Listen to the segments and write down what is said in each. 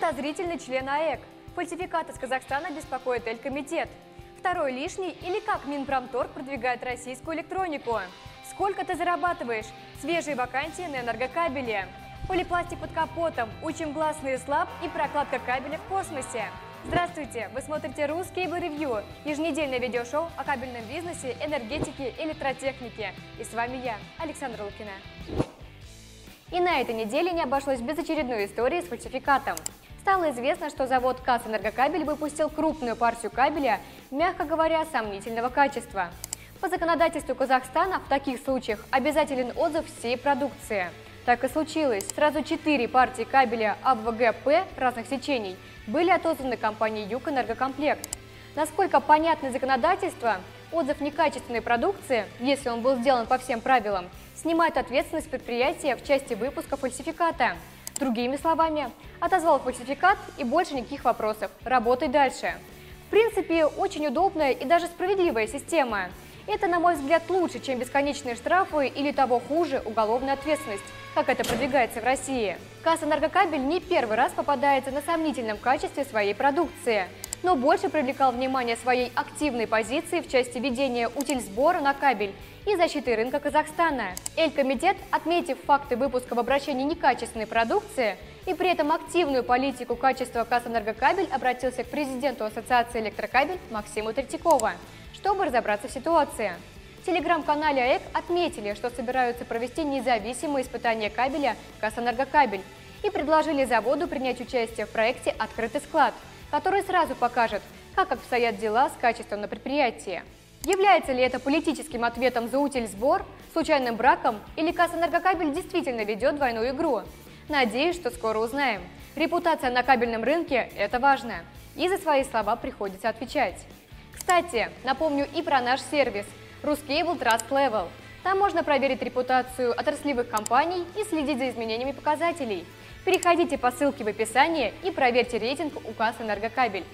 Подозрительный член АЭК. Фальсификат из Казахстана беспокоит Элькомитет. Второй лишний или как Минпромторг продвигает российскую электронику? Сколько ты зарабатываешь? Свежие вакансии на энергокабеле. Полипластик под капотом, учим гласные слаб и прокладка кабеля в космосе. Здравствуйте! Вы смотрите Ruscable Review, еженедельное видеошоу о кабельном бизнесе, энергетике, электротехнике. И с вами я, Александра Лукина. И на этой неделе не обошлось без очередной истории с фальсификатом. Стало известно, что завод «Казэнергокабель» выпустил крупную партию кабеля, мягко говоря, сомнительного качества. По законодательству Казахстана в таких случаях обязателен отзыв всей продукции. Так и случилось. Сразу 4 партии кабеля АВГ-П разных сечений были отозваны компанией «Югэнергокомплект». Насколько понятно законодательство, отзыв некачественной продукции, если он был сделан по всем правилам, снимает ответственность предприятия в части выпуска фальсификата. Другими словами, отозвал фальсификат и больше никаких вопросов. Работай дальше. В принципе, очень удобная и даже справедливая система. Это, на мой взгляд, лучше, чем бесконечные штрафы или того хуже уголовная ответственность, как это продвигается в России. «Казэнергокабель» не первый раз попадается на сомнительном качестве своей продукции, но больше привлекал внимание своей активной позиции в части ведения утильсбора на кабель и защиты рынка Казахстана. Элькомитет, отметив факты выпуска в обращении некачественной продукции и при этом активную политику качества «Казэнергокабель», обратился к президенту Ассоциации электрокабель Максиму Третьякову, чтобы разобраться в ситуации. В телеграм-канале АЭК отметили, что собираются провести независимые испытания кабеля «Казэнергокабель» и предложили заводу принять участие в проекте «Открытый склад», который сразу покажет, как обстоят дела с качеством на предприятии. Является ли это политическим ответом за утильсбор, случайным браком, или «Казэнергокабель» действительно ведет двойную игру? Надеюсь, что скоро узнаем. Репутация на кабельном рынке – это важно, и за свои слова приходится отвечать. Кстати, напомню и про наш сервис Ruscable Trust Level. Там можно проверить репутацию отраслевых компаний и следить за изменениями показателей. Переходите по ссылке в описании и проверьте рейтинг у «Казэнергокабель».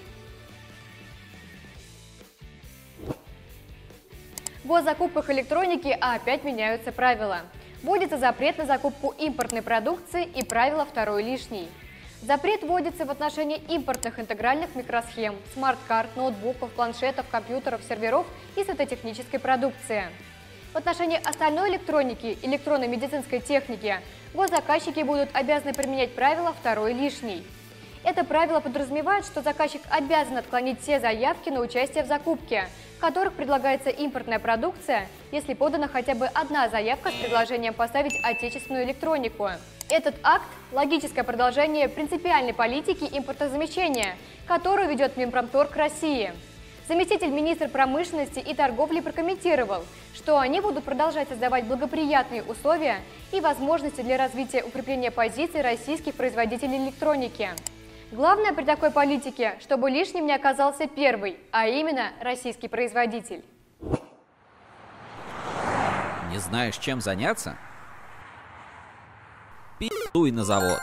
В госзакупках электроники опять меняются правила. Вводится запрет на закупку импортной продукции и правило «второй лишний». Запрет вводится в отношении импортных интегральных микросхем, смарт-карт, ноутбуков, планшетов, компьютеров, серверов и светотехнической продукции. В отношении остальной электроники, электронной медицинской техники, госзаказчики будут обязаны применять правило «второй лишний». Это правило подразумевает, что заказчик обязан отклонить все заявки на участие в закупке, в которых предлагается импортная продукция, если подана хотя бы одна заявка с предложением поставить отечественную электронику. Этот акт – логическое продолжение принципиальной политики импортозамещения, которую ведет Минпромторг России. Заместитель министра промышленности и торговли прокомментировал, что они будут продолжать создавать благоприятные условия и возможности для развития укрепления позиций российских производителей электроники. Главное при такой политике, чтобы лишним не оказался первый, а именно российский производитель. Не знаешь, чем заняться? Пи***уй на завод.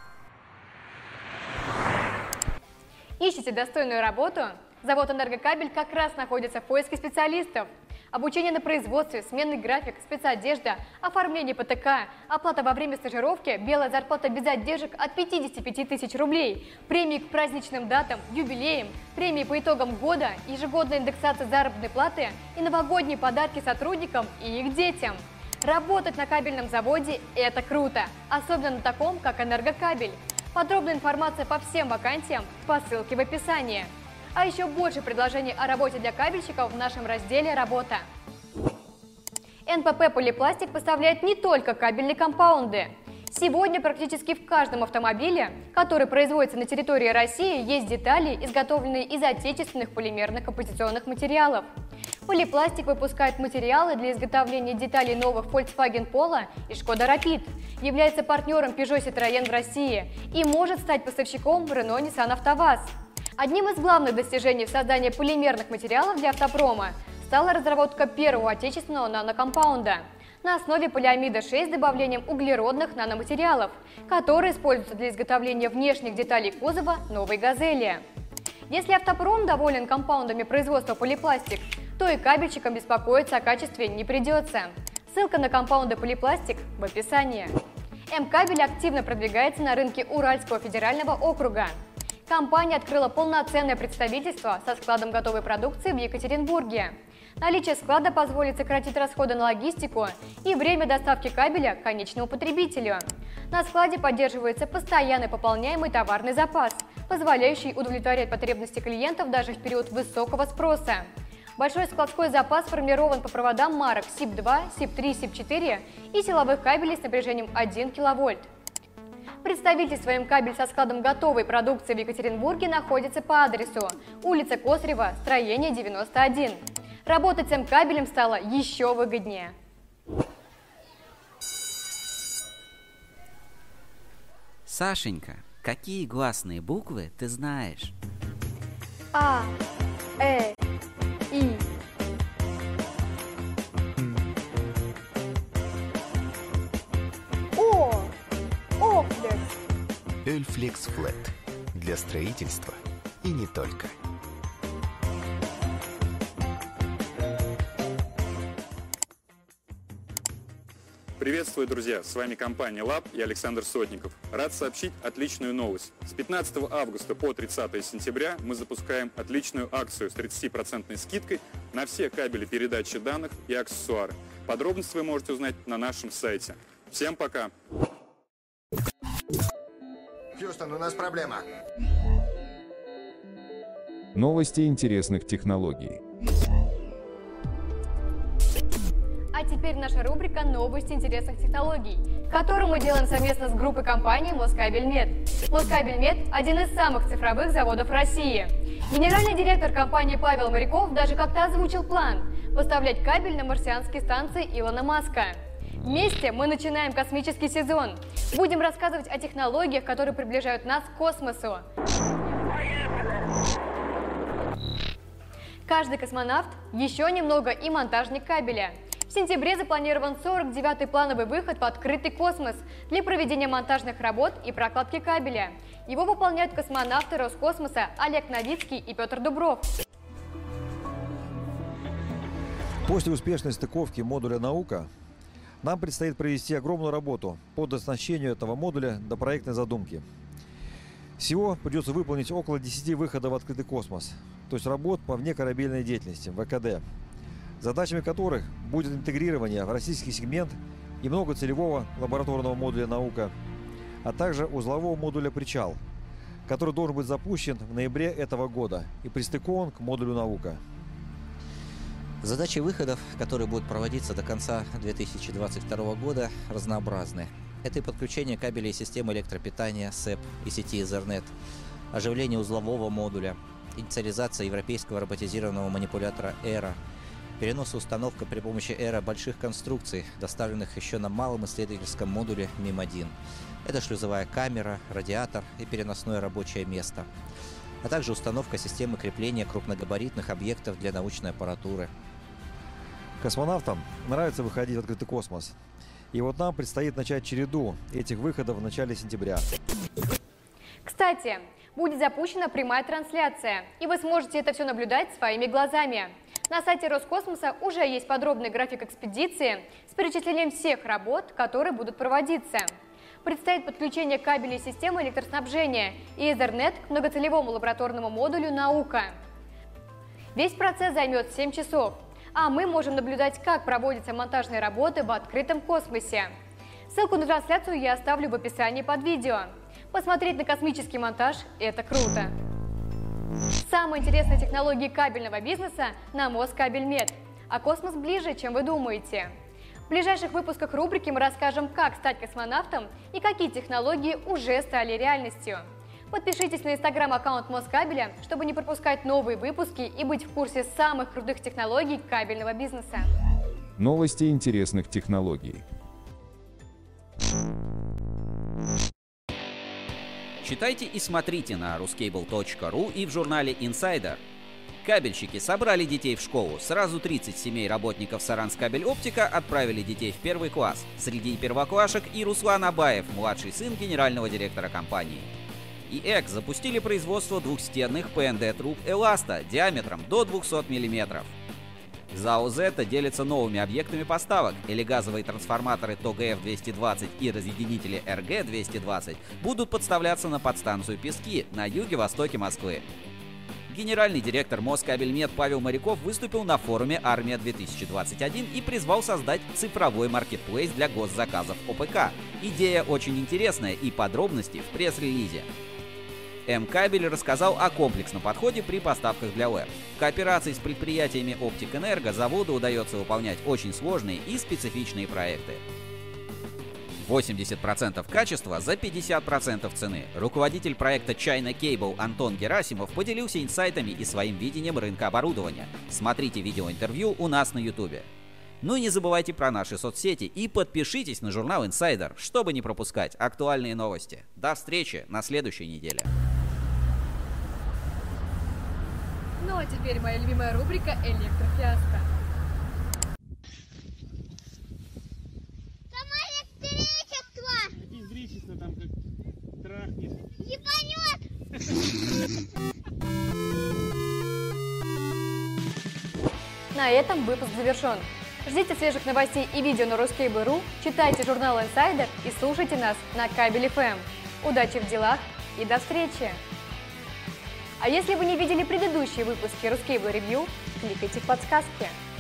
Ищете достойную работу? Завод «Энергокабель» как раз находится в поиске специалистов. Обучение на производстве, сменный график, спецодежда, оформление ПТК, оплата во время стажировки, белая зарплата без отдержек от 55 тысяч рублей, премии к праздничным датам, юбилеям, премии по итогам года, ежегодная индексация заработной платы и новогодние подарки сотрудникам и их детям. Работать на кабельном заводе – это круто, особенно на таком, как «Энергокабель». Подробная информация по всем вакансиям по ссылке в описании. А еще больше предложений о работе для кабельщиков в нашем разделе «Работа». НПП «Полипластик» поставляет не только кабельные компаунды. Сегодня практически в каждом автомобиле, который производится на территории России, есть детали, изготовленные из отечественных полимерных композиционных материалов. Полипластик выпускает материалы для изготовления деталей новых Volkswagen Polo и Skoda Rapid, является партнером Peugeot Citroën в России и может стать поставщиком Renault Nissan АвтоВАЗ. Одним из главных достижений в создании полимерных материалов для автопрома стала разработка первого отечественного нанокомпаунда на основе полиамида-6 с добавлением углеродных наноматериалов, которые используются для изготовления внешних деталей кузова новой «Газели». Если автопром доволен компаундами производства полипластик, то и кабельщикам беспокоиться о качестве не придется. Ссылка на компаунды полипластик в описании. М-кабель активно продвигается на рынке Уральского федерального округа. Компания открыла полноценное представительство со складом готовой продукции в Екатеринбурге. Наличие склада позволит сократить расходы на логистику и время доставки кабеля к конечному потребителю. На складе поддерживается постоянный пополняемый товарный запас, позволяющий удовлетворять потребности клиентов даже в период высокого спроса. Большой складской запас сформирован по проводам марок СИП-2, СИП-3, СИП-4 и силовых кабелей с напряжением 1 кВт. Представительство М-кабель со складом готовой продукции в Екатеринбурге находится по адресу улица Косарева, строение 91. Работать с М-кабелем стало еще выгоднее. Сашенька, какие гласные буквы ты знаешь? А, И. Офлекс. Эльфлекс Флэт. Для строительства и не только. Приветствую, друзья! С вами компания Lab и Александр Сотников. Рад сообщить отличную новость. С 15 августа по 30 сентября мы запускаем отличную акцию с 30% скидкой на все кабели передачи данных и аксессуары. Подробности вы можете узнать на нашем сайте. Всем пока! Хьюстон, у нас проблема. Новости интересных технологий. А теперь наша рубрика «Новости интересных технологий», которую мы делаем совместно с группой компаний Москабельмет. Москабельмет – один из самых цифровых заводов России. Генеральный директор компании Павел Моряков даже как-то озвучил план – поставлять кабель на марсианские станции Илона Маска. Вместе мы начинаем космический сезон. Будем рассказывать о технологиях, которые приближают нас к космосу. Каждый космонавт – еще немного и монтажник кабеля. В сентябре запланирован 49-й плановый выход в открытый космос для проведения монтажных работ и прокладки кабеля. Его выполняют космонавты Роскосмоса Олег Новицкий и Петр Дубров. После успешной стыковки модуля «Наука» нам предстоит провести огромную работу по дооснащению этого модуля до проектной задумки. Всего придется выполнить около 10 выходов в открытый космос, то есть работ по внекорабельной деятельности, ВКД, задачами которых будет интегрирование в российский сегмент и многоцелевого лабораторного модуля «Наука», а также узлового модуля «Причал», который должен быть запущен в ноябре этого года и пристыкован к модулю «Наука». Задачи выходов, которые будут проводиться до конца 2022 года, разнообразны. Это и подключение кабелей системы электропитания СЭП и сети Ethernet, оживление узлового модуля, инициализация европейского роботизированного манипулятора ERA, перенос и установка при помощи ERA больших конструкций, доставленных еще на малом исследовательском модуле МИМ-1. Это шлюзовая камера, радиатор и переносное рабочее место, а также установка системы крепления крупногабаритных объектов для научной аппаратуры. Космонавтам нравится выходить в открытый космос. И вот нам предстоит начать череду этих выходов в начале сентября. Кстати, будет запущена прямая трансляция, и вы сможете это все наблюдать своими глазами. На сайте Роскосмоса уже есть подробный график экспедиции с перечислением всех работ, которые будут проводиться. Предстоит подключение кабелей системы электроснабжения и Ethernet к многоцелевому лабораторному модулю «Наука». Весь процесс займет 7 часов, а мы можем наблюдать, как проводятся монтажные работы в открытом космосе. Ссылку на трансляцию я оставлю в описании под видео. Посмотреть на космический монтаж – это круто! Самые интересные технологии кабельного бизнеса на Москабельмет. А космос ближе, чем вы думаете. В ближайших выпусках рубрики мы расскажем, как стать космонавтом и какие технологии уже стали реальностью. Подпишитесь на инстаграм-аккаунт Москабеля, чтобы не пропускать новые выпуски и быть в курсе самых крутых технологий кабельного бизнеса. Новости интересных технологий. Читайте и смотрите на ruscable.ru и в журнале Insider. Кабельщики собрали детей в школу. Сразу 30 семей работников Саранскабель Оптика отправили детей в первый класс. Среди первоклашек и Руслан Абаев, младший сын генерального директора компании. ИЭК запустили производство двухстенных ПНД-труб Эласта диаметром до 200 мм. ЗАО «Зетта» делится новыми объектами поставок, или газовые трансформаторы ТОГФ-220 и разъединители РГ-220 будут подставляться на подстанцию Пески на юге-востоке Москвы. Генеральный директор Москабельмет Павел Моряков выступил на форуме «Армия-2021» и призвал создать цифровой маркетплейс для госзаказов ОПК. Идея очень интересная и подробности в пресс-релизе. М-Кабель рассказал о комплексном подходе при поставках для ЛЭП. В кооперации с предприятиями Оптик-Энерго заводу удается выполнять очень сложные и специфичные проекты. 80% качества за 50% цены. Руководитель проекта China Cable Антон Герасимов поделился инсайтами и своим видением рынка оборудования. Смотрите видеоинтервью у нас на YouTube. Ну и не забывайте про наши соцсети и подпишитесь на журнал Insider, чтобы не пропускать актуальные новости. До встречи на следующей неделе. Ну а теперь моя любимая рубрика «Электрофиаско». Электричество там как трахнешь. Ебанет! На этом выпуск завершен. Ждите свежих новостей и видео на Ruskable.ru, читайте журнал Insider и слушайте нас на Кабель FM. Удачи в делах и до встречи! А если вы не видели предыдущие выпуски Ruskable Review, кликайте в подсказки.